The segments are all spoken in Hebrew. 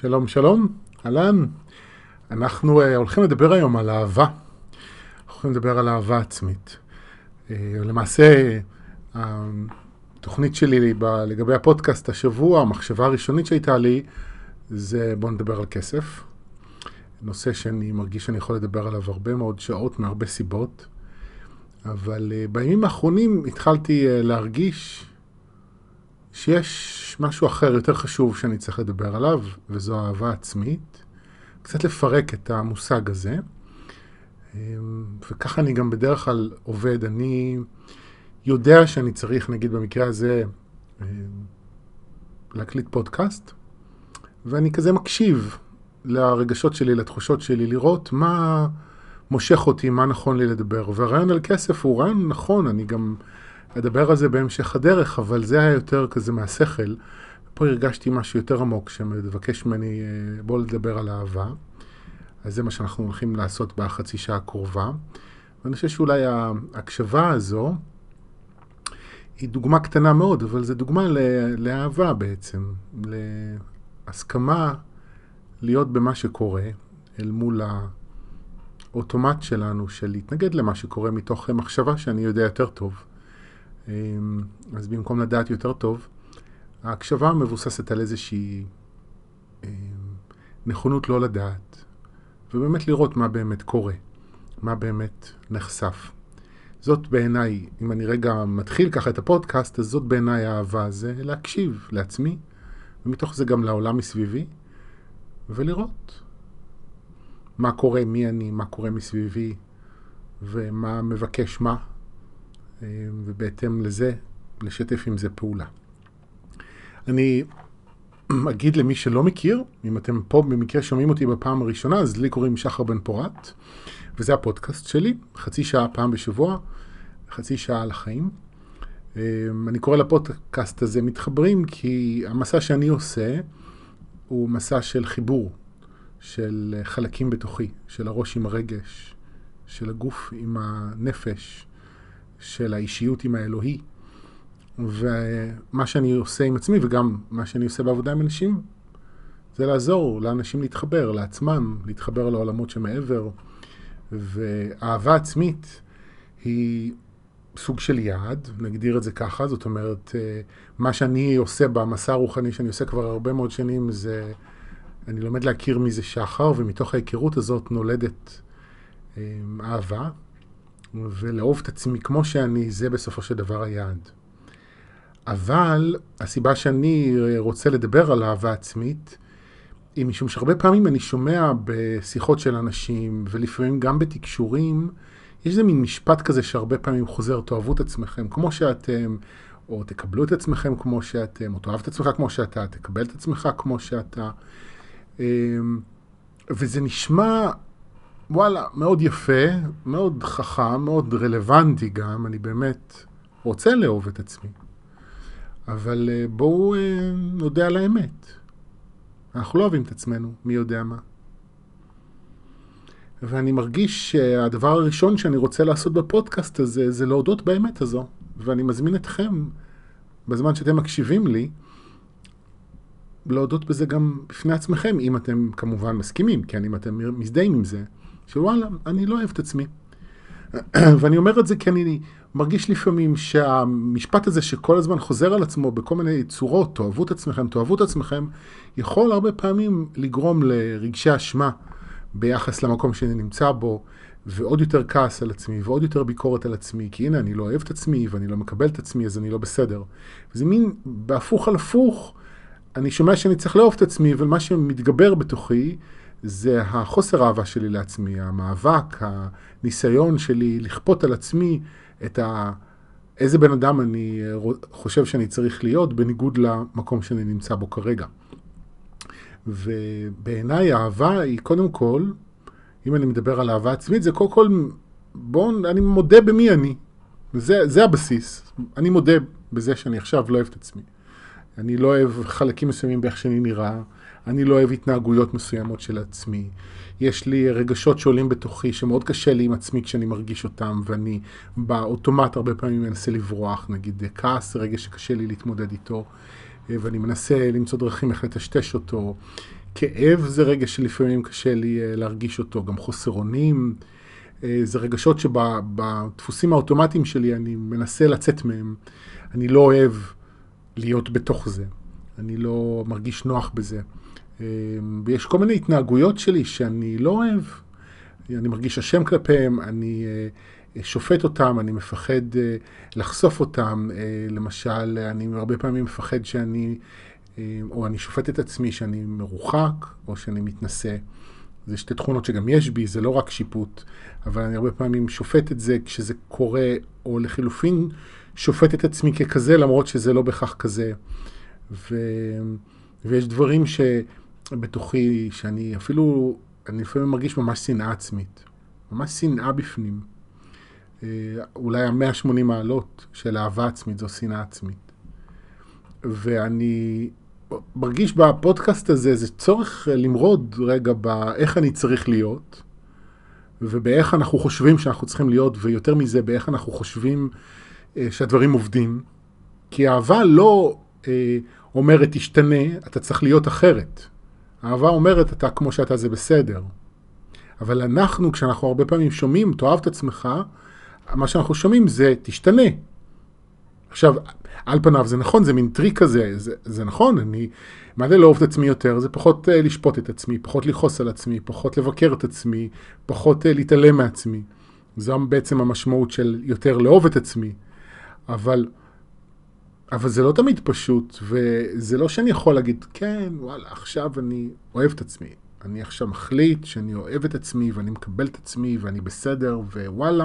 שלום שלום, אהלן. אנחנו הולכים לדבר היום על אהבה. הולכים לדבר על אהבה עצמית. למעשה, התוכנית שלי לגבי הפודקאסט השבוע, המחשבה הראשונית שהייתה לי, זה בוא נדבר על כסף. נושא שאני מרגיש שאני יכול לדבר עליו הרבה מאוד שעות, מהרבה סיבות. אבל בימים האחרונים התחלתי להרגיש שיש משהו אחר יותר חשוב שאני צריך לדבר עליו, וזו אהבה עצמית. קצת לפרק את המושג הזה. וככה אני גם בדרך כלל עובד. אני יודע שאני צריך, נגיד במקרה הזה, להקליט פודקאסט, ואני כזה מקשיב לרגשות שלי, לתחושות שלי, לראות מה מושך אותי, מה נכון לי לדבר. והרעיון על כסף הוא רעיון נכון, אני גם אדבר על זה בהמשך הדרך, אבל זה היה יותר כזה מהשכל. פה הרגשתי משהו יותר עמוק שמבקש ממני בוא לדבר על אהבה. אז זה מה שאנחנו הולכים לעשות בחצי שעה הקרובה. ואני חושב שאולי ההקשבה הזו היא דוגמה קטנה מאוד, אבל זו דוגמה לאהבה בעצם, להסכמה להיות במה שקורה, אל מול האוטומט שלנו של להתנגד למה שקורה מתוך מחשבה שאני יודע יותר טוב. אז במקום לדעת יותר טוב, ההקשבה מבוססת על איזושהי נכונות לא לדעת, ובאמת לראות מה באמת קורה, מה באמת נחשף. זאת בעיניי, אם אני רגע מתחיל ככה את הפודקאסט, אז זאת בעיניי האהבה, זה להקשיב לעצמי, ומתוך זה גם לעולם מסביבי, ולראות מה קורה, מי אני, מה קורה מסביבי, ומה מבקש מה, ובהתאם לזה לשתף עם זה פעולה. אני אגיד למי שלא מכיר, אם אתם פה במקרה שומעים אותי בפעם הראשונה, אז לי קוראים שחר בן פורת, וזה הפודקאסט שלי, חצי שעה פעם בשבוע, חצי שעה על החיים. אני קורא לפודקאסט הזה מתחברים, כי המסע שאני עושה הוא מסע של חיבור, של חלקים בתוכי, של הראש עם הרגש, של הגוף עם הנפש, של האישיות עם האלוהי. ומה שאני עושה עם עצמי וגם מה שאני עושה בעבודה עם אנשים, זה לעזור לאנשים להתחבר לעצמם, להתחבר לעולמות שמעבר. ואהבה עצמית היא סוג של יעד, נגדיר את זה ככה. זאת אומרת, מה שאני עושה במסע הרוחני שאני עושה כבר הרבה מאוד שנים, זה אני לומד להכיר מי זה שחר, ומתוך ההיכרות הזאת נולדת אהבה, ולאהוב את עצמי כמו שאני, זה בסופו של דבר היעד. אבל הסיבה שאני רוצה לדבר על אהבה עצמית, היא משום שהרבה פעמים אני שומע בשיחות של אנשים, ולפעמים גם בתקשורים, יש איזה מין משפט כזה שהרבה פעמים חוזר, תאהבו את עצמכם כמו שאתם, או תקבלו את עצמכם כמו שאתם, או תאהב את עצמך כמו שאתה, תקבל את עצמך כמו שאתה. וזה נשמע, וואלה, מאוד יפה, מאוד חכם, מאוד רלוונטי גם, אני באמת רוצה לאהוב את עצמי. אבל בואו נודה על האמת. אנחנו לא אוהבים את עצמנו, מי יודע מה. ואני מרגיש שהדבר הראשון שאני רוצה לעשות בפודקאסט הזה, זה להודות באמת הזו. ואני מזמין אתכם, בזמן שאתם מקשיבים לי, להודות בזה גם בפני עצמכם, אם אתם כמובן מסכימים, כן, אם אתם מזדהים עם זה, שוואלה, אני לא אוהב את עצמי. ואני אומר את זה כי אני מרגיש לפעמים שהמשפט הזה שכל הזמן חוזר על עצמו בכל מיני צורות, תאהבו את עצמכם, תאהבו את עצמכם, יכול הרבה פעמים לגרום לרגשי אשמה ביחס למקום שאני נמצא בו, ועוד יותר כעס על עצמי, ועוד יותר ביקורת על עצמי, כי הנה, אני לא אוהב את עצמי, ואני לא מקבל את עצמי, אז אני לא בסדר. וזה מין, בהפוך על הפוך, אני שומע שאני צריך לאהוב את עצמי, אבל מה שמתגבר בתוכי, זה החוסר אהבה שלי לעצמי, המאבק, הניסיון שלי לכפות על עצמי את איזה בן אדם אני חושב שאני צריך להיות, בניגוד למקום שאני נמצא בו כרגע. ובעיניי האהבה היא קודם כל, אם אני מדבר על אהבה עצמית, זה קודם כל, אני מודה במי אני. זה הבסיס. אני מודה בזה שאני עכשיו לא אוהב את עצמי. אני לא אוהב חלקים מסוימים באיך שאני נראה, אני לא אוהב התנהגויות מסוימות של עצמי. יש לי רגשות שעולים בתוכי שמאוד קשה לי עם עצמי כשאני מרגיש אותם, ואני באוטומט הרבה פעמים מנסה לברוח, נגיד כעס, רגע שקשה לי להתמודד איתו, ואני מנסה למצוא דרכים איך לטשטש אותו. כאב זה רגע שלפעמים קשה לי להרגיש אותו, גם חוסר אונים, זה רגשות שבדפוסים האוטומטיים שלי אני מנסה לצאת מהם. אני לא אוהב להיות בתוך זה, אני לא מרגיש נוח בזה. ויש כל מיני התנהגויות שלי שאני לא אוהב, אני מרגיש אשם כלפיהם, אני שופט אותם, אני מפחד לחשוף אותם. למשל, אני הרבה פעמים מפחד שאני, או אני שופט את עצמי שאני מרוחק, או שאני מתנשא. זה שתי תכונות שגם יש בי, זה לא רק שיפוט, אבל אני הרבה פעמים שופט את זה כשזה קורה, או לחילופין שופט את עצמי ככזה, למרות שזה לא בכך כזה. ויש דברים שבתוכי, שאני אפילו, אני לפעמים מרגיש ממש שנאה עצמית. ממש שנאה בפנים. אולי 180 מעלות של אהבה עצמית, זו שנאה עצמית. ואני מרגיש בפודקאסט הזה, זה צורך למרוד רגע באיך אני צריך להיות, ובאיך אנחנו חושבים שאנחנו צריכים להיות, ויותר מזה, באיך אנחנו חושבים שהדברים עובדים. כי האהבה לא אומרת, תשתנה, אתה צריך להיות אחרת. האהבה אומרת, אתה כמו שאתה זה בסדר. אבל אנחנו, כשאנחנו הרבה פעמים שומעים, תאהב את עצמך, מה שאנחנו שומעים זה, תשתנה. עכשיו, על פניו זה נכון, זה מין טריק כזה, זה נכון, מה זה לא אוהב את עצמי יותר? זה פחות לשפוט את עצמי, פחות לכעוס על עצמי, פחות לבקר את עצמי, פחות להתעלם מעצמי. זו בעצם המשמעות של יותר לאהוב את עצמי. אבל זה לא תמיד פשוט, וזה לא שאני יכול להגיד, כן, וואלה, עכשיו אני אוהב את עצמי. אני עכשיו מחליט שאני אוהב את עצמי, ואני מקבל את עצמי, ואני בסדר, ווואלה.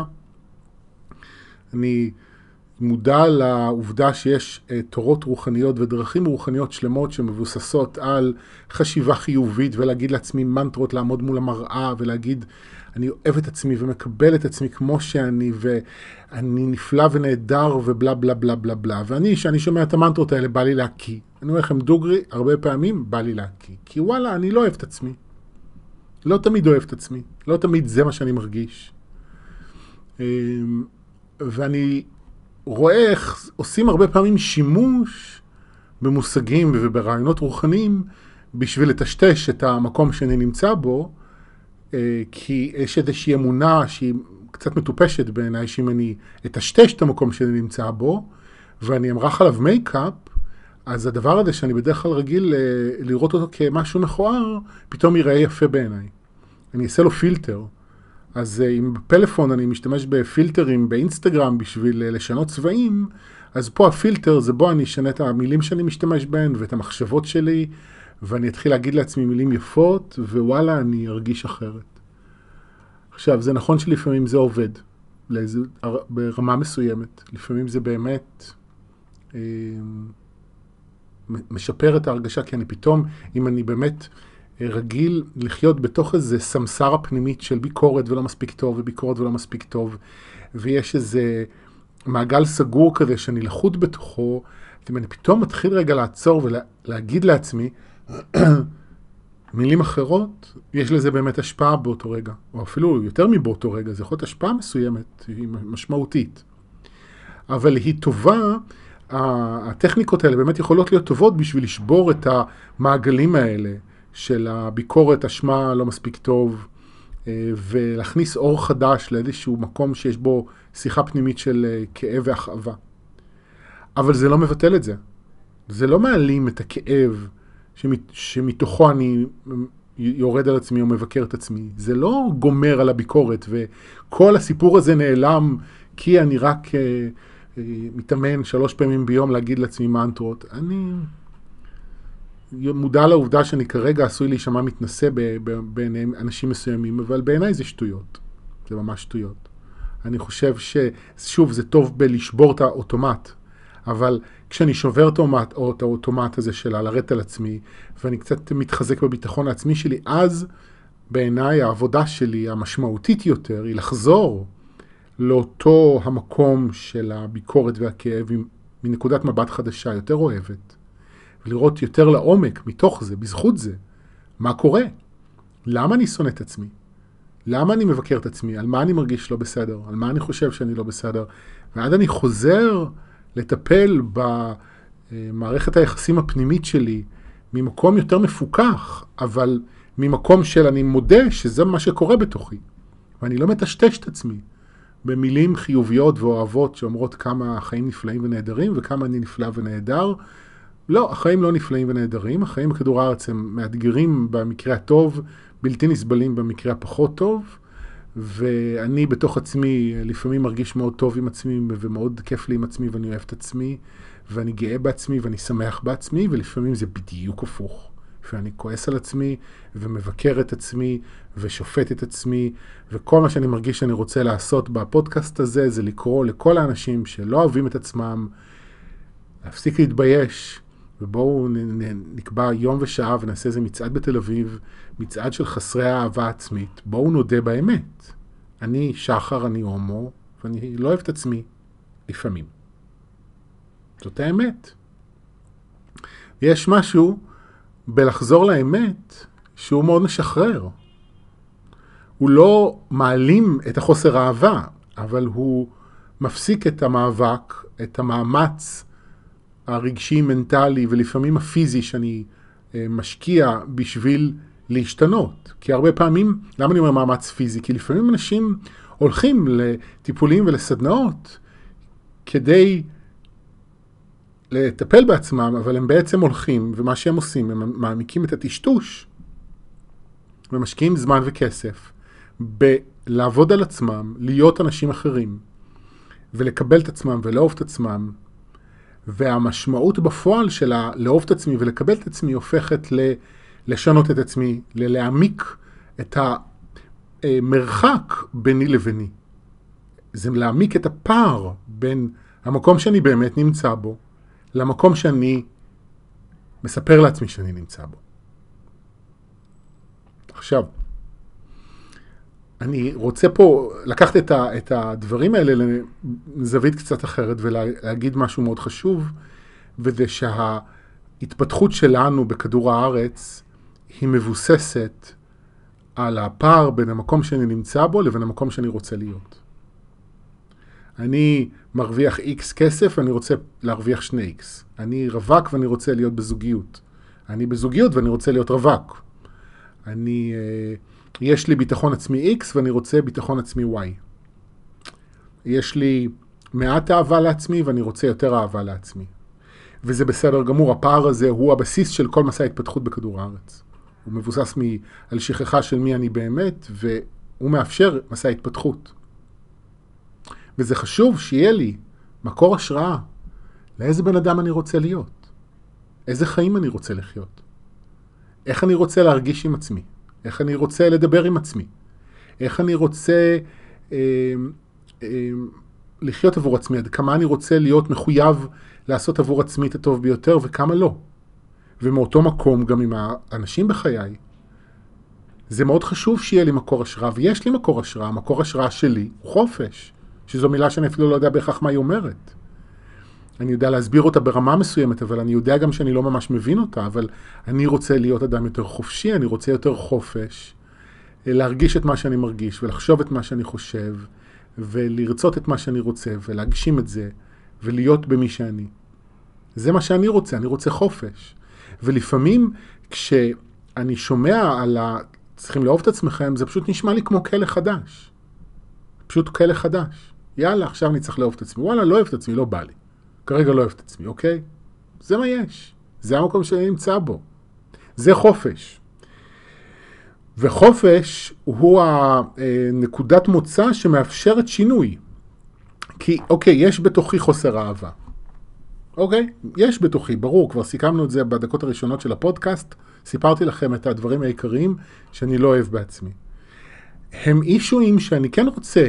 אני מודע לעובדה שיש תורות רוחניות ודרכים רוחניות שלמות שמבוססות על חשיבה חיובית, ולהגיד לעצמי מנטרות, לעמוד מול המראה, ולהגיד, אני אוהב את עצמי ומקבל את עצמי כמו שאני, ואני נפלא ונהדר ובלה בלה בלה בלה בלה. ואני, שאני שומע את המנטרות האלה, בא לי להקיא. אני אומר לכם דוגרי, הרבה פעמים בא לי להקיא. כי וואלה, אני לא אוהב את עצמי. לא תמיד אוהב את עצמי. לא תמיד זה מה שאני מרגיש. ואני רואה איך עושים הרבה פעמים שימוש במושגים וברעיונות רוחניים בשביל לטשטש את המקום שאני נמצא בו, כי יש איזושהי אמונה שהיא קצת מטופשת בעיניי, שאם אני אטשטש את המקום שאני נמצא בו, ואני אמרח עליו מייקאפ, אז הדבר הזה שאני בדרך כלל רגיל לראות אותו כמשהו מכוער, פתאום ייראה יפה בעיניי. אני אעשה לו פילטר. אז אם בפלאפון אני משתמש בפילטרים באינסטגרם בשביל לשנות צבעים, אז פה הפילטר זה בו אני אשנה את המילים שאני משתמש בהן ואת המחשבות שלי, ואני אתחיל להגיד לעצמי מילים יפות, ווואלה, אני ארגיש אחרת. עכשיו, זה נכון שלפעמים זה עובד, ברמה מסוימת. לפעמים זה באמת משפר את ההרגשה, כי אני פתאום, אם אני באמת רגיל לחיות בתוך איזה סמסרה פנימית של ביקורת ולא מספיק טוב, וביקורת ולא מספיק טוב, ויש איזה מעגל סגור כזה שאני לחוט בתוכו, אם אני פתאום מתחיל רגע לעצור ולהגיד לעצמי, מילים אחרות, יש לזה באמת השפעה באותו רגע, או אפילו יותר מבאותו רגע, זה יכול להיות השפעה מסוימת, היא משמעותית. אבל היא טובה, הטכניקות האלה באמת יכולות להיות טובות בשביל לשבור את המעגלים האלה, של הביקורת, אשמה לא מספיק טוב, ולהכניס אור חדש לאיזשהו מקום שיש בו שיחה פנימית של כאב והכאבה. אבל זה לא מבטל את זה. זה לא מעלים את הכאב שמתוכו אני יורד על עצמי או מבקר את עצמי. זה לא גומר על הביקורת, וכל הסיפור הזה נעלם כי אני רק מתאמן 3 פעמים ביום להגיד לעצמי מנטרות. אני מודע לעובדה שאני כרגע עשוי להישמע מתנשא בעיני אנשים מסוימים, אבל בעיניי זה שטויות. זה ממש שטויות. אני חושב ששוב, זה טוב בלשבור את האוטומט, אבל כשאני שובר את האוטומט הזה שלה, לרדת על עצמי, ואני קצת מתחזק בביטחון העצמי שלי, אז בעיניי העבודה שלי המשמעותית יותר היא לחזור לאותו המקום של הביקורת והכאב מנקודת מבט חדשה, יותר אוהבת. ולראות יותר לעומק מתוך זה, בזכות זה, מה קורה? למה אני שונא את עצמי? למה אני מבקר את עצמי? על מה אני מרגיש לא בסדר? על מה אני חושב שאני לא בסדר? ועד אני חוזר לטפל במערכת היחסים הפנימית שלי, ממקום יותר מפוקח, אבל ממקום של אני מודה שזה מה שקורה בתוכי. ואני לא מטשטש את עצמי במילים חיוביות ואוהבות שאומרות כמה החיים נפלאים ונהדרים וכמה אני נפלא ונהדר. לא, החיים לא נפלאים ונהדרים, החיים בכדור הארץ הם מאתגרים במקרה הטוב, בלתי נסבלים במקרה הפחות טוב, ואני בתוך עצמי לפעמים מרגיש מאוד טוב עם עצמי ומאוד כיף לי עם עצמי ואני אוהב את עצמי ואני גאה בעצמי ואני שמח בעצמי, ולפעמים זה בדיוק הפוך. ואני כועס על עצמי ומבקר את עצמי ושופט את עצמי, וכל מה שאני מרגיש שאני רוצה לעשות בפודקאסט הזה זה לקרוא לכל האנשים שלא אוהבים את עצמם, להפסיק להתבייש, ובואו נקבע יום ושעה ונעשה איזה מצעד בתל אביב, מצעד של חסרי האהבה עצמית. בואו נודה באמת. אני שחר, אני הומו, ואני לא אוהב את עצמי לפעמים. זאת האמת. יש משהו בלחזור לאמת שהוא מאוד משחרר. הוא לא מעלים את החוסר האהבה, אבל הוא מפסיק את המאבק, את המאמץ הרגשי, מנטלי ולפעמים הפיזי שאני משקיע בשביל להשתנות. כי הרבה פעמים, למה אני אומר מאמץ פיזי? כי לפעמים אנשים הולכים לטיפולים ולסדנאות כדי לטפל בעצמם, אבל הם בעצם הולכים, ומה שהם עושים, הם מעמיקים את הטשטוש, ומשקיעים זמן וכסף בלעבוד על עצמם, להיות אנשים אחרים, ולקבל את עצמם ולאהוב את עצמם, והמשמעות בפועל שלה, לאהוב את עצמי ולקבל את עצמי, הופכת לשנות את עצמי, להעמיק את המרחק ביני לביני. זה להעמיק את הפער בין המקום שאני באמת נמצא בו, למקום שאני מספר לעצמי שאני נמצא בו. עכשיו, אני רוצה פה לקחת את הדברים האלה לזווית קצת אחרת ולהגיד משהו מאוד חשוב, וזה שההתפתחות שלנו בכדור הארץ היא מבוססת על הפער בין המקום שאני נמצא בו לבין המקום שאני רוצה להיות. אני מרוויח X כסף ואני רוצה להרוויח 2X. אני רווק ואני רוצה להיות בזוגיות. אני בזוגיות ואני רוצה להיות רווק. יש לי ביטחון עצמי X ואני רוצה ביטחון עצמי Y. יש לי מעט אהבה לעצמי ואני רוצה יותר אהבה לעצמי. וזה בסדר גמור, הפער הזה הוא הבסיס של כל מסע ההתפתחות בכדור הארץ. הוא מבוסס על שכחה של מי אני באמת, והוא מאפשר מסע ההתפתחות. וזה חשוב שיהיה לי מקור השראה לאיזה בן אדם אני רוצה להיות. איזה חיים אני רוצה לחיות. איך אני רוצה להרגיש עם עצמי. איך אני רוצה לדבר עם עצמי. איך אני רוצה לחיות עבור עצמי. עד כמה אני רוצה להיות מחויב לעשות עבור עצמי את הטוב ביותר וכמה לא. ומאותו מקום גם עם האנשים בחיי. זה מאוד חשוב שיהיה לי מקור השראה, ויש לי מקור השראה. מקור השראה שלי הוא חופש. שזו מילה שאני אפילו לא יודע בהכרח מה היא אומרת. אני יודע להסביר אותה ברמה מסוימת, אבל אני יודע גם שאני לא ממש מבין אותה, אבל אני רוצה להיות אדם יותר חופשי, אני רוצה יותר חופש, להרגיש את מה שאני מרגיש, ולחשוב את מה שאני חושב, ולרצות את מה שאני רוצה, ולהגשים את זה, ולהיות במי שאני. זה מה שאני רוצה, אני רוצה חופש. ולפעמים כשאני שומע על צריכים לאהוב את עצמכם, זה פשוט נשמע לי כמו כלא חדש. פשוט כלא חדש. יאללה, עכשיו אני צריך לאהוב את עצמי. וואלה, לא אוהב את עצמי, לא בא לי. כרגע לא אוהב את עצמי, אוקיי? זה מה יש. זה המקום שאני נמצא בו. זה חופש. וחופש הוא הנקודת מוצא שמאפשרת שינוי. כי, אוקיי, יש בתוכי חוסר אהבה. אוקיי? יש בתוכי, ברור, כבר סיכמנו את זה בדקות הראשונות של הפודקאסט. סיפרתי לכם את הדברים העיקריים שאני לא אוהב בעצמי. הם אישויים שאני כן רוצה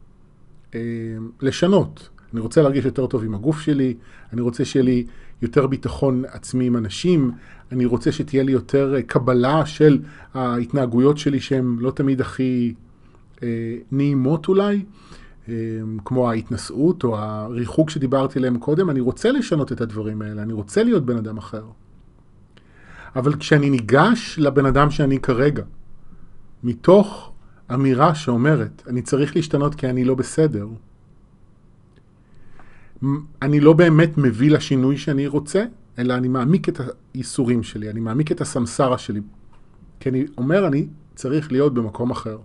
לשנות. אני רוצה להרגיש יותר טוב עם הגוף שלי, אני רוצה שיהיה לי יותר ביטחון עצמי עם אנשים, אני רוצה שתהיה לי יותר קבלה של ההתנהגויות שלי שהן לא תמיד הכי נעימות אולי, כמו ההתנשאות או הריחוק שדיברתי עליהם קודם. אני רוצה לשנות את הדברים האלה, אני רוצה להיות בן אדם אחר. אבל כשאני ניגש לבן אדם שאני כרגע, מתוך אמירה שאומרת, אני צריך להשתנות כי אני לא בסדר, אני לא באמת מביא לשינוי שאני רוצה, אלא אני מעמיק את הייסורים שלי, אני מעמיק את הסמסרה שלי, כי אני אומר, אני צריך להיות במקום אחר.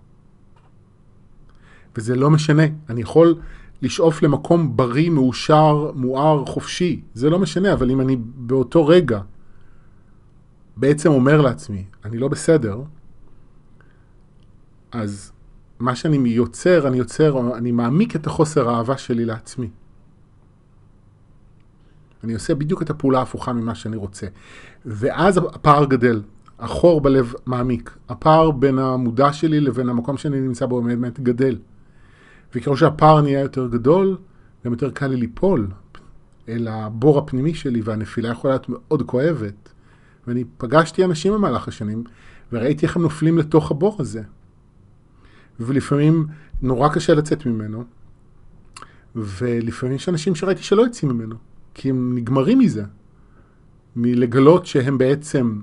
וזה לא משנה, אני יכול לשאוף למקום בריא, מאושר, מואר, חופשי, זה לא משנה, אבל אם אני באותו רגע בעצם אומר לעצמי, אני לא בסדר, אז מה שאני יוצר, אני מעמיק את החוסר האהבה שלי לעצמי. אני עושה בדיוק את הפעולה ההפוכה ממה שאני רוצה. ואז הפער גדל, החור בלב מעמיק, הפער בין המודע שלי לבין המקום שאני נמצא בו באמת גדל. וככל שהפער נהיה יותר גדול, גם יותר קל לי ליפול אל הבור הפנימי שלי, והנפילה יכולה להיות מאוד כואבת. ואני פגשתי אנשים במהלך השנים, וראיתי איך הם נופלים לתוך הבור הזה. ולפעמים נורא קשה לצאת ממנו, ולפעמים יש אנשים שראיתי שלא יוצאים ממנו, כי הם נגמרים מזה, מלגלות שהם בעצם,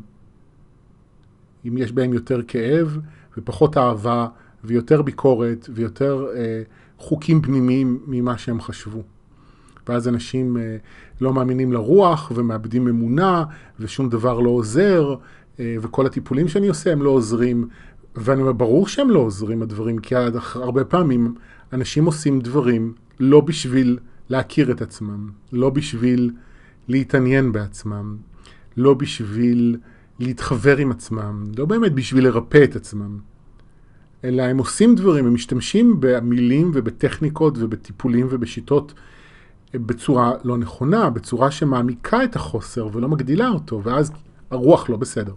אם יש בהם יותר כאב, ופחות אהבה, ויותר ביקורת, ויותר חוקים פנימיים ממה שהם חשבו. ואז אנשים לא מאמינים לרוח, ומאבדים אמונה, ושום דבר לא עוזר, וכל הטיפולים שאני עושה הם לא עוזרים, ואני אומר, ברור שהם לא עוזרים הדברים, כי הרבה פעמים אנשים עושים דברים לא בשביל להכיר את עצמם, לא בשביל להתעניין בעצמם, לא בשביל להתחבר עם עצמם, לא באמת בשביל לרפא את עצמם, אלא הם עושים דברים, הם משתמשים במילים ובטכניקות ובטיפולים ובשיטות בצורה לא נכונה, בצורה שמעמיקה את החוסר ולא מגדילה אותו, ואז הרוח לא בסדר.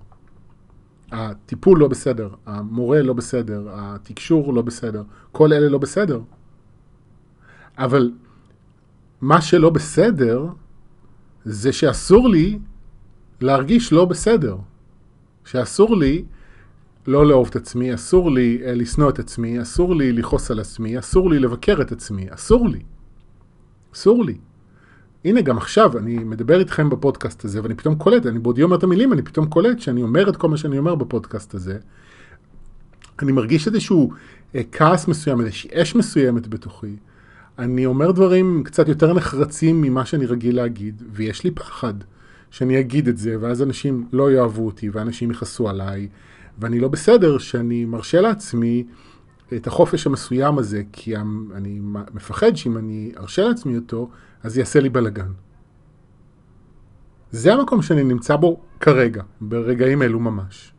הטיפול לא בסדר, המורה לא בסדר, התקשור לא בסדר, כל אלה לא בסדר. אבל מה שלא בסדר זה שאסור לי להרגיש לא בסדר. שאסור לי לא לאהוב את עצמי, אסור לי לשנוא את עצמי, אסור לי לכעוס על עצמי, אסור לי לבקר את עצמי, אסור לי. אסור לי. הנה גם עכשיו אני מדבר איתכם בפודקאסט הזה, ואני פתאום קולט, אני בעוד אומר את המילים, אני פתאום קולט שאני אומר את כל מה שאני אומר בפודקאסט הזה. אני מרגיש איזשהו כעס מסוים, איזושהי אש מסוימת בתוכי. אני אומר דברים קצת יותר נחרצים ממה שאני רגיל להגיד, ויש לי פחד שאני אגיד את זה, ואז אנשים לא יאהבו אותי, ואנשים יכעסו עליי, ואני לא בסדר שאני מרשה לעצמי את החופש המסוים הזה, כי אני מפחד שאם אני ארשה לעצמי אותו, אז יעשה לי בלגן. זה המקום שאני נמצא בו כרגע, ברגעים אלו ממש.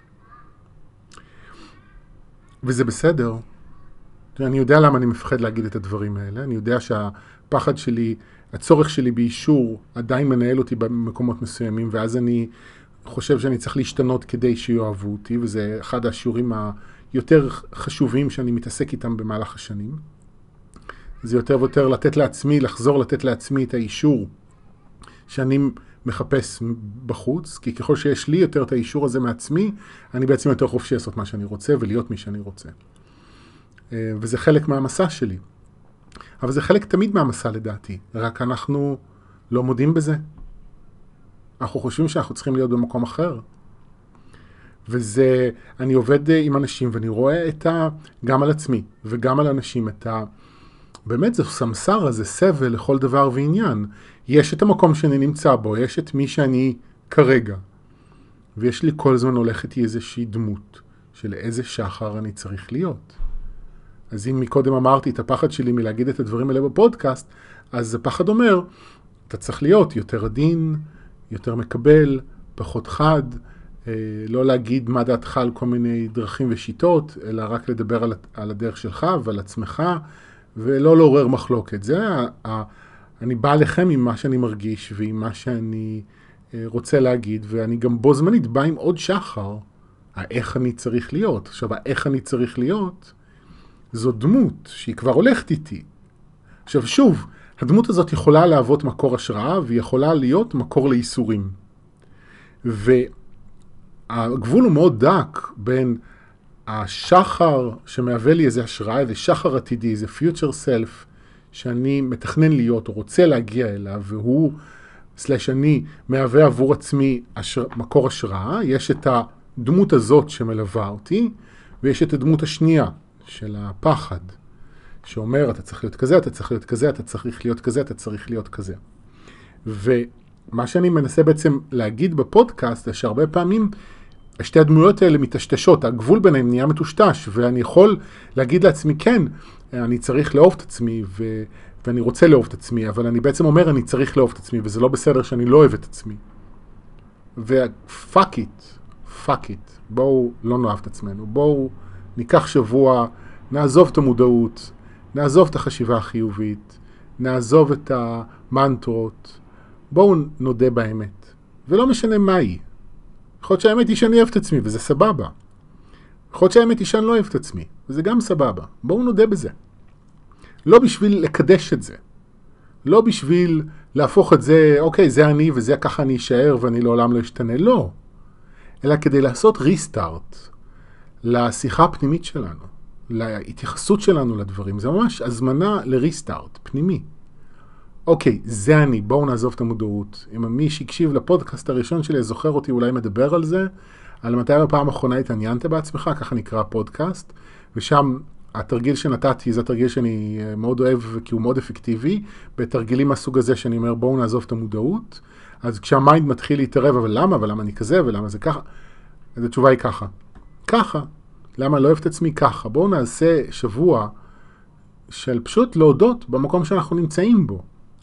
וזה בסדר. אני יודע למה אני מפחד להגיד את הדברים האלה. אני יודע שהפחד שלי, הצורך שלי באישור, עדיין מנהל אותי במקומות מסוימים, ואז אני חושב שאני צריך להשתנות כדי שיאהבו אותי, וזה אחד השיעורים היותר חשובים שאני מתעסק איתם במהלך השנים. זה יותר ויותר לתת לעצמי, לחזור לתת לעצמי את האישור שאני מחפש בחוץ, כי ככל שיש לי יותר את האישור הזה מעצמי, אני בעצם יותר חופשי לעשות מה שאני רוצה ולהיות מי שאני רוצה. וזה חלק מהמסע שלי. אבל זה חלק תמיד מהמסע לדעתי, רק אנחנו לא מודים בזה. אנחנו חושבים שאנחנו צריכים להיות במקום אחר. וזה, אני עובד עם אנשים ואני רואה גם על עצמי וגם על אנשים באמת זה סמסרה, זה סבל לכל דבר ועניין. יש את המקום שאני נמצא בו, יש את מי שאני כרגע. ויש לי כל הזמן הולכת איזושהי דמות של איזה שחר אני צריך להיות. אז אם מקודם אמרתי את הפחד שלי מלהגיד את הדברים האלה בפודקאסט, אז הפחד אומר, אתה צריך להיות יותר עדין, יותר מקבל, פחות חד, לא להגיד מה דעתך על כל מיני דרכים ושיטות, אלא רק לדבר על הדרך שלך ועל עצמך, ולא לעורר מחלוקת. אני בא לכם עם מה שאני מרגיש ועם מה שאני רוצה להגיד, ואני גם בו זמנית בא עם עוד שחר, איך אני צריך להיות. עכשיו, איך אני צריך להיות, זו דמות שהיא כבר הולכת איתי. עכשיו, שוב, הדמות הזאת יכולה להוות מקור השראה, והיא יכולה להיות מקור לייסורים. והגבול הוא מאוד דק בין השחר שמהווה לי איזה השראה, איזה שחר עתידי, איזה future self, שאני מתכנן להיות או רוצה להגיע אליו, והוא, אני מהווה עבור עצמי מקור השראה. יש את הדמות הזאת שמלווה אותי, ויש את הדמות השנייה של הפחד, שאומר, אתה צריך להיות כזה, אתה צריך להיות כזה, אתה צריך להיות כזה, אתה צריך להיות כזה. מה שאני מנסה בעצם להגיד בפודקאסט, זה שהרבה פעמים שתי הדמויות האלה מתשתשות, הגבול ביניהם נהיה מטושטש, ואני יכול להגיד לעצמי, כן, אני צריך לאהוב את עצמי, ואני רוצה לאהוב את עצמי, אבל אני בעצם אומר, אני צריך לאהוב את עצמי, וזה לא בסדר שאני לא אוהב את עצמי. ו-fuck it, בואו לא נאהב את עצמנו, בואו ניקח שבוע, נעזוב את המודעות, נעזוב את החשיבה החיובית, נעזוב את המנטרות, בואו נודה באמת, ולא משנה מה היא. יכול להיות שהאמת היא שאני אוהב את עצמי, וזה סבבה. יכול להיות שהאמת היא שאני לא אוהב את עצמי, וזה גם סבבה. בואו נודה בזה. לא בשביל לקדש את זה. לא בשביל להפוך את זה, אוקיי, זה אני וזה ככה אני אשאר ואני לעולם לא אשתנה. לא. אלא כדי לעשות ריסטארט לשיחה הפנימית שלנו, להתייחסות שלנו לדברים. זה ממש הזמנה לריסטארט פנימי. אוקיי, זה אני, בואו נעזוב את המודעות. אם מי שהקשיב לפודקאסט הראשון שלי, זוכר אותי, אולי מדבר על זה, על מתי בפעם האחרונה התעניינת בעצמך, ככה נקרא פודקאסט, ושם התרגיל שנתתי, זה התרגיל שאני מאוד אוהב, כי הוא מאוד אפקטיבי, בתרגילים מהסוג הזה שאני אומר, בואו נעזוב את המודעות, אז כשהמיינד מתחיל להתערב, אבל למה אני כזה, ולמה זה ככה, אז התשובה היא ככה. ככה. למה אני לא אוהב את עצמי ככה? בואו נעשה שבוע של פשוט להודות במקום שאנחנו נמצאים בו.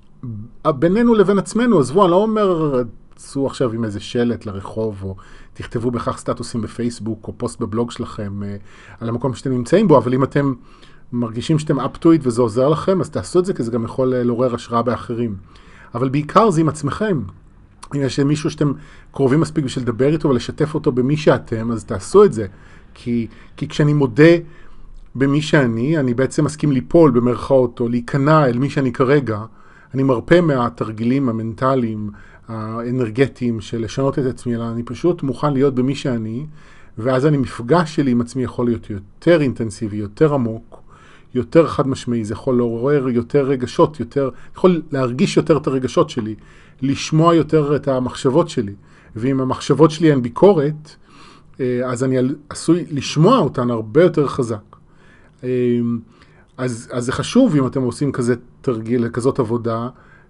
בינינו לבין עצמנו, עזבו, אני לא אומר, צאו עכשיו עם איזה שלט לרחוב, או תכתבו בכך סטטוסים בפייסבוק, או פוסט בבלוג שלכם, על המקום שאתם נמצאים בו, אבל אם אתם מרגישים שאתם up to it וזה עוזר לכם, אז תעשו את זה, כי זה גם יכול לעורר השראה באחרים. אבל בעיקר זה עם עצמכם. אם יש מישהו שאתם קרובים מספיק בשביל לדבר איתו ולשתף אותו במי שאתם, אז תעשו את זה. כי כשאני מודה במי אני בעצם מסכים ליפול במרכאות, או להיכנע אל מי שאני כרגע, אני מרפא מהתרגילים המנטליים, האנרגטיים של לשנות את עצמי, אלא אני פשוט מוכן להיות במי שאני, ואז אני מפגש שלי עם עצמי יכול להיות יותר אינטנסיבי, יותר עמוק, יותר חד משמעי, זה יכול לעורר יותר רגשות, יכול להרגיש יותר את הרגשות שלי, לשמוע יותר את המחשבות שלי, ואם המחשבות שלי הן ביקורת, אז אני עשוי לשמוע אותן הרבה יותר חזק. אז זה חשוב אם אתם עושים כזה תרגיל, כזאת עבודה,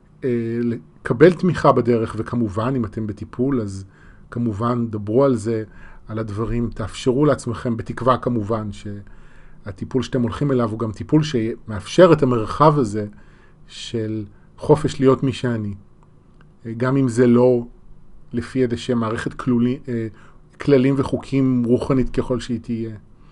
לקבל תמיכה בדרך, וכמובן אם אתם בטיפול, אז כמובן דברו על זה, על הדברים, תאפשרו לעצמכם, בתקווה כמובן שהטיפול שאתם הולכים אליו הוא גם טיפול שמאפשר את המרחב הזה של חופש להיות מי שאני. גם אם זה לא לפי איזושהי מערכת כללים וחוקים רוחנית ככל שהיא תהיה.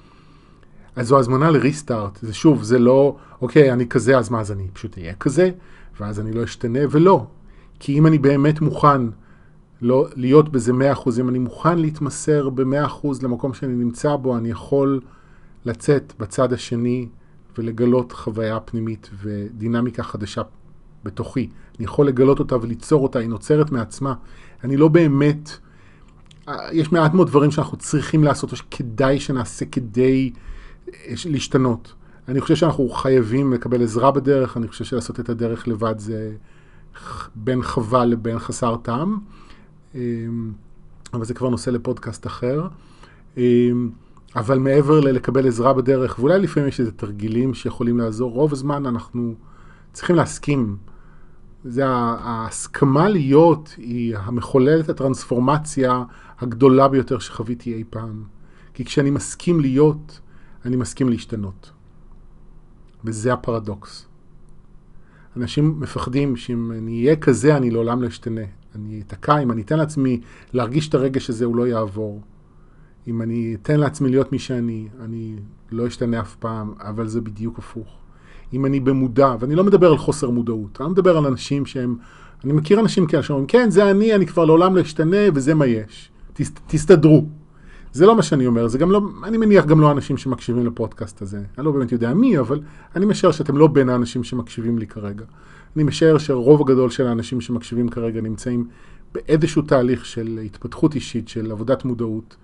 אז זו הזמנה לריסטארט, זה שוב, זה לא, אוקיי, אני כזה, אז מה, אז אני פשוט אהיה כזה, ואז אני לא אשתנה, ולא. כי אם אני באמת מוכן לא להיות בזה 100%, אם אני מוכן להתמסר ב100% למקום שאני נמצא בו, אני יכול לצאת בצד השני ולגלות חוויה פנימית ודינמיקה חדשה בתוכי. אני יכול לגלות אותה וליצור אותה, היא נוצרת מעצמה. אני לא באמת, יש מעט מאוד דברים שאנחנו צריכים לעשות, או שכדאי שנעשה כדי להשתנות. אני חושב שאנחנו חייבים לקבל עזרה בדרך, אני חושב שלעשות את הדרך לבד זה בין חבל לבין חסר טעם, אבל זה כבר נושא לפודקאסט אחר. אבל מעבר לקבל עזרה בדרך, ואולי לפעמים יש איזה תרגילים שיכולים לעזור, רוב הזמן אנחנו צריכים להסכים. זה ההסכמה להיות היא המחוללת הטרנספורמציה הגדולה ביותר שחוויתי אי פעם. כי כשאני מסכים להיות, אני מסכים להשתנות. וזה הפרדוקס. אנשים מפחדים שאם אני אהיה כזה, אני לעולם לא אשתנה. אני אתקע, אם אני אתן לעצמי להרגיש את הרגש הזה, הוא לא יעבור. אם אני אתן לעצמי להיות מי שאני, אני לא אשתנה אף פעם, אבל זה בדיוק הפוך. אם אני במודע, ואני לא מדבר על חוסר מודעות, אני מדבר על אנשים שהם, אני מכיר אנשים כאלה שאומרים, כן, זה אני כבר לעולם לא אשתנה, וזה מה יש. תסתדרו. זה לא מה שאני אומר, זה גם לא, אני מניח גם לא אנשים שמקשיבים לפודקאסט הזה. אני לא באמת יודע מי, אבל אני משער שאתם לא בין האנשים שמקשיבים לי כרגע. אני משער שרוב הגדול של האנשים שמקשיבים כרגע נמצאים באיזשהו תהליך של התפתחות אישית, של עבודת מודעות.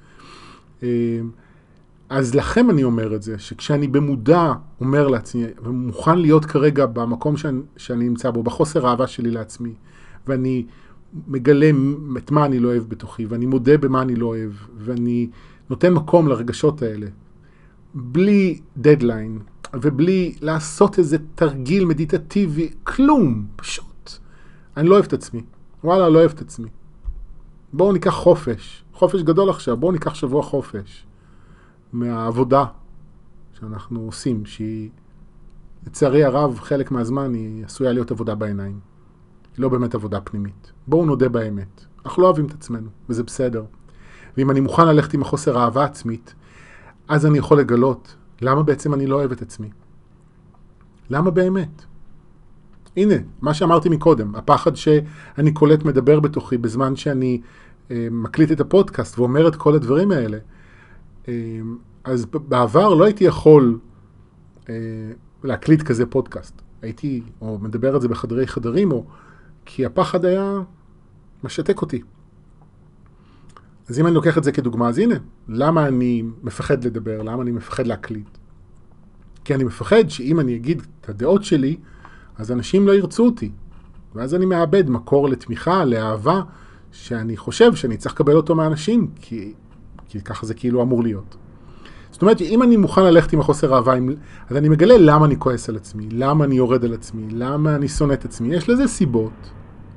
אז לכם אני אומר את זה, שכשאני במודע אומר לעצמי, ומוכן להיות כרגע במקום שאני נמצא בו, בחוסר האהבה שלי לעצמי, ואני מגלה את מה אני לא אוהב בתוכי, ואני מודה במה אני לא אוהב, ואני נותן מקום לרגשות האלה, בלי דדליין, ובלי לעשות איזה תרגיל מדיטטיבי, כלום, פשוט. אני לא אוהב את עצמי. וואלה, לא אוהב את עצמי. בואו ניקח חופש. חופש גדול עכשיו. בואו ניקח שבוע חופש. מהעבודה שאנחנו עושים, שהיא, לצערי הרב, חלק מהזמן היא עשויה להיות עבודה בעיניים. היא לא באמת עבודה פנימית. בואו נודה באמת. אנחנו לא אוהבים את עצמנו, וזה בסדר. ואם אני מוכן ללכת עם החוסר אהבה עצמית, אז אני יכול לגלות למה בעצם אני לא אוהב את עצמי. למה באמת? הנה, מה שאמרתי מקודם, הפחד שאני קולט מדבר בתוכי בזמן שאני מקליט את הפודקאסט ואומר את כל הדברים האלה. אז בעבר לא הייתי יכול להקליט כזה פודקאסט. הייתי, או מדבר את זה בחדרי חדרים, או כי הפחד היה משתק אותי. אז אם אני לוקח את זה כדוגמה, אז הנה, למה אני מפחד לדבר? למה אני מפחד להקליט? כי אני מפחד שאם אני אגיד את הדעות שלי, אז אנשים לא ירצו אותי. ואז אני מאבד מקור לתמיכה, לאהבה, שאני חושב שאני צריך לקבל אותו מאנשים, כי ככה זה כאילו אמור להיות. זאת אומרת, אם אני מוכן ללכת עם החוסר אהבה, אז אני מגלה למה אני כועס על עצמי, למה אני יורד על עצמי, למה אני שונא את עצמי. יש לזה סיבות.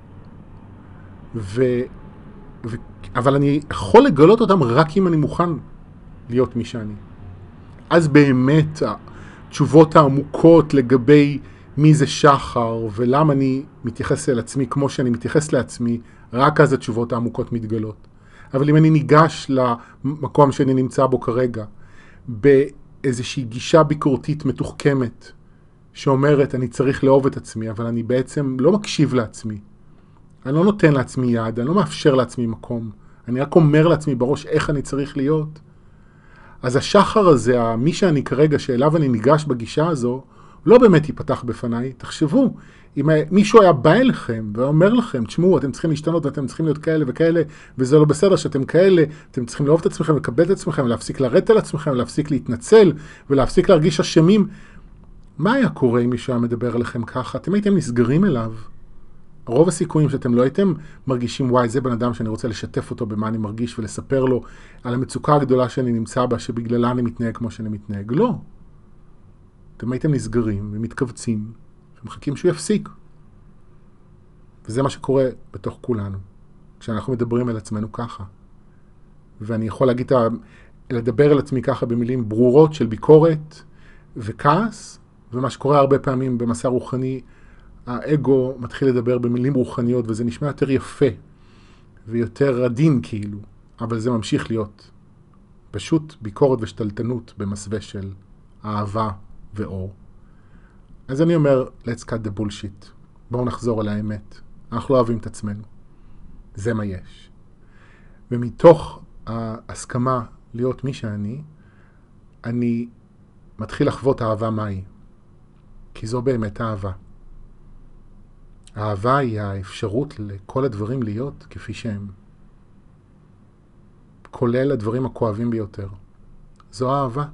אבל אני יכול לגלות אותם רק אם אני מוכן להיות מי שאני. אז באמת התשובות העמוקות לגבי מי זה שחר ולמה אני מתייחס אל עצמי כמו שאני מתייחס לעצמי, רק אז התשובות העמוקות מתגלות. אבל אם אני ניגש למקום שאני נמצא בו כרגע, באיזושהי גישה ביקורתית מתוחכמת, שאומרת אני צריך לאהוב את עצמי, אבל אני בעצם לא מקשיב לעצמי. אני לא נותן לעצמי יד, אני לא מאפשר לעצמי מקום. אני רק אומר לעצמי בראש איך אני צריך להיות. אז השחר הזה, מי שאני כרגע, שאליו אני ניגש בגישה הזו, לא באמת ייפתח בפניי. תחשבו, אם מישהו היה בא אליכם ואומר לכם, תשמעו, אתם צריכים להשתנות ואתם צריכים להיות כאלה וכאלה, וזה לא בסדר שאתם כאלה, אתם צריכים לאהוב את עצמכם, לקבל את עצמכם, להפסיק לרדת על עצמכם, להפסיק להתנצל ולהפסיק להרגיש אשמים. מה היה קורה אם מישהו היה מדבר אליכם ככה? אתם הייתם נסגרים אליו. רוב הסיכויים שאתם לא הייתם מרגישים, וואי, זה בן אדם שאני רוצה לשתף אותו במה אני מרגיש ולספר לו על המצוקה הגדולה שאני נמצא בה, שבגללה אני מתנהג כמו שאני מתנהג. לא. אתם הייתם נסגרים ומתכווצים ומחכים שהוא יפסיק. וזה מה שקורה בתוך כולנו, כשאנחנו מדברים על עצמנו ככה. ואני יכול לדבר על עצמי ככה במילים ברורות של ביקורת וכעס, ומה שקורה הרבה פעמים במסע רוחני, האגו מתחיל לדבר במילים רוחניות, וזה נשמע יותר יפה, ויותר עדין כאילו, אבל זה ממשיך להיות פשוט ביקורת ושתלטנות במסווה של אהבה ואור. אז אני אומר, let's cut the bullshit. בואו נחזור על האמת. אנחנו לא אוהבים את עצמנו. זה מה יש. ומתוך ההסכמה להיות מי שאני, אני מתחיל לחוות אהבה מהי. כי זו באמת אהבה. האהבה היא האפשרות לכל הדברים להיות כפי שהם. כולל הדברים הכואבים ביותר. זו אהבה.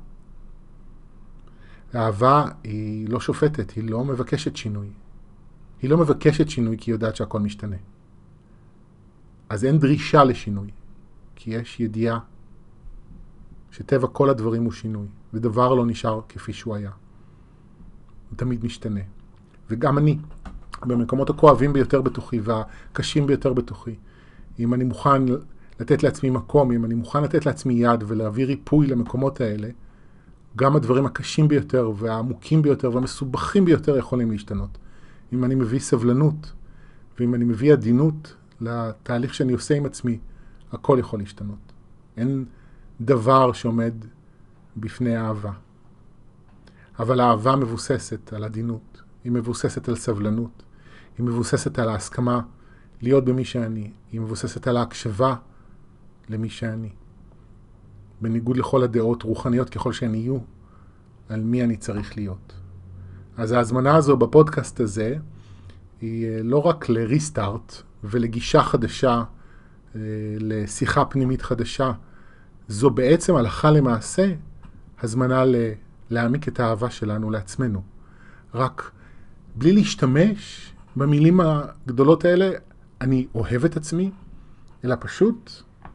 האהבה היא לא שופטת, היא לא מבקשת שינוי. היא לא מבקשת שינוי כי היא יודעת שהכל משתנה. אז אין דרישה לשינוי, כי יש ידיעה שטבע כל הדברים הוא שינוי, ודבר לא נשאר כפי שהוא היה. הוא תמיד משתנה. וגם אני, במקומות הכואבים ביותר בתוכי והקשים ביותר בתוכי, אם אני מוכן לתת לעצמי מקום, אם אני מוכן לתת לעצמי יד ולהביא ריפוי למקומות האלה, גם הדברים הקשים ביותר והעמוקים ביותר והמסובכים ביותר יכולים להשתנות. אם אני מביא סבלנות ואם אני מביא עדינות לתהליך שאני עושה עם עצמי, הכל יכול להשתנות. אין דבר שעומד בפני אהבה. אבל האהבה מבוססת על עדינות, היא מבוססת על סבלנות, היא מבוססת על ההסכמה להיות במי שאני, היא מבוססת על ההקשבה למי שאני. בניגוד לכל הדעות רוחניות ככל שהן יהיו, על מי אני צריך להיות. אז ההזמנה הזו בפודקאסט הזה היא לא רק לריסטארט ולגישה חדשה, לשיחה פנימית חדשה, זו בעצם הלכה למעשה הזמנה להעמיק את האהבה שלנו לעצמנו. רק בלי להשתמש במילים הגדולות האלה, אני אוהב את עצמי, אלא פשוט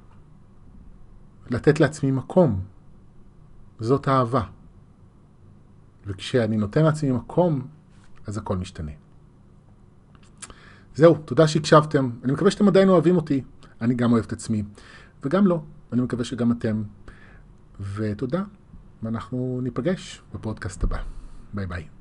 לתת לעצמי מקום. זאת אהבה. וכשאני נותן לעצמי מקום, אז הכל משתנה. זהו, תודה שהקשבתם. אני מקווה שאתם עדיין אוהבים אותי. אני גם אוהב את עצמי. וגם לא. אני מקווה שגם אתם. ותודה. ואנחנו ניפגש בפודקאסט הבא. ביי ביי.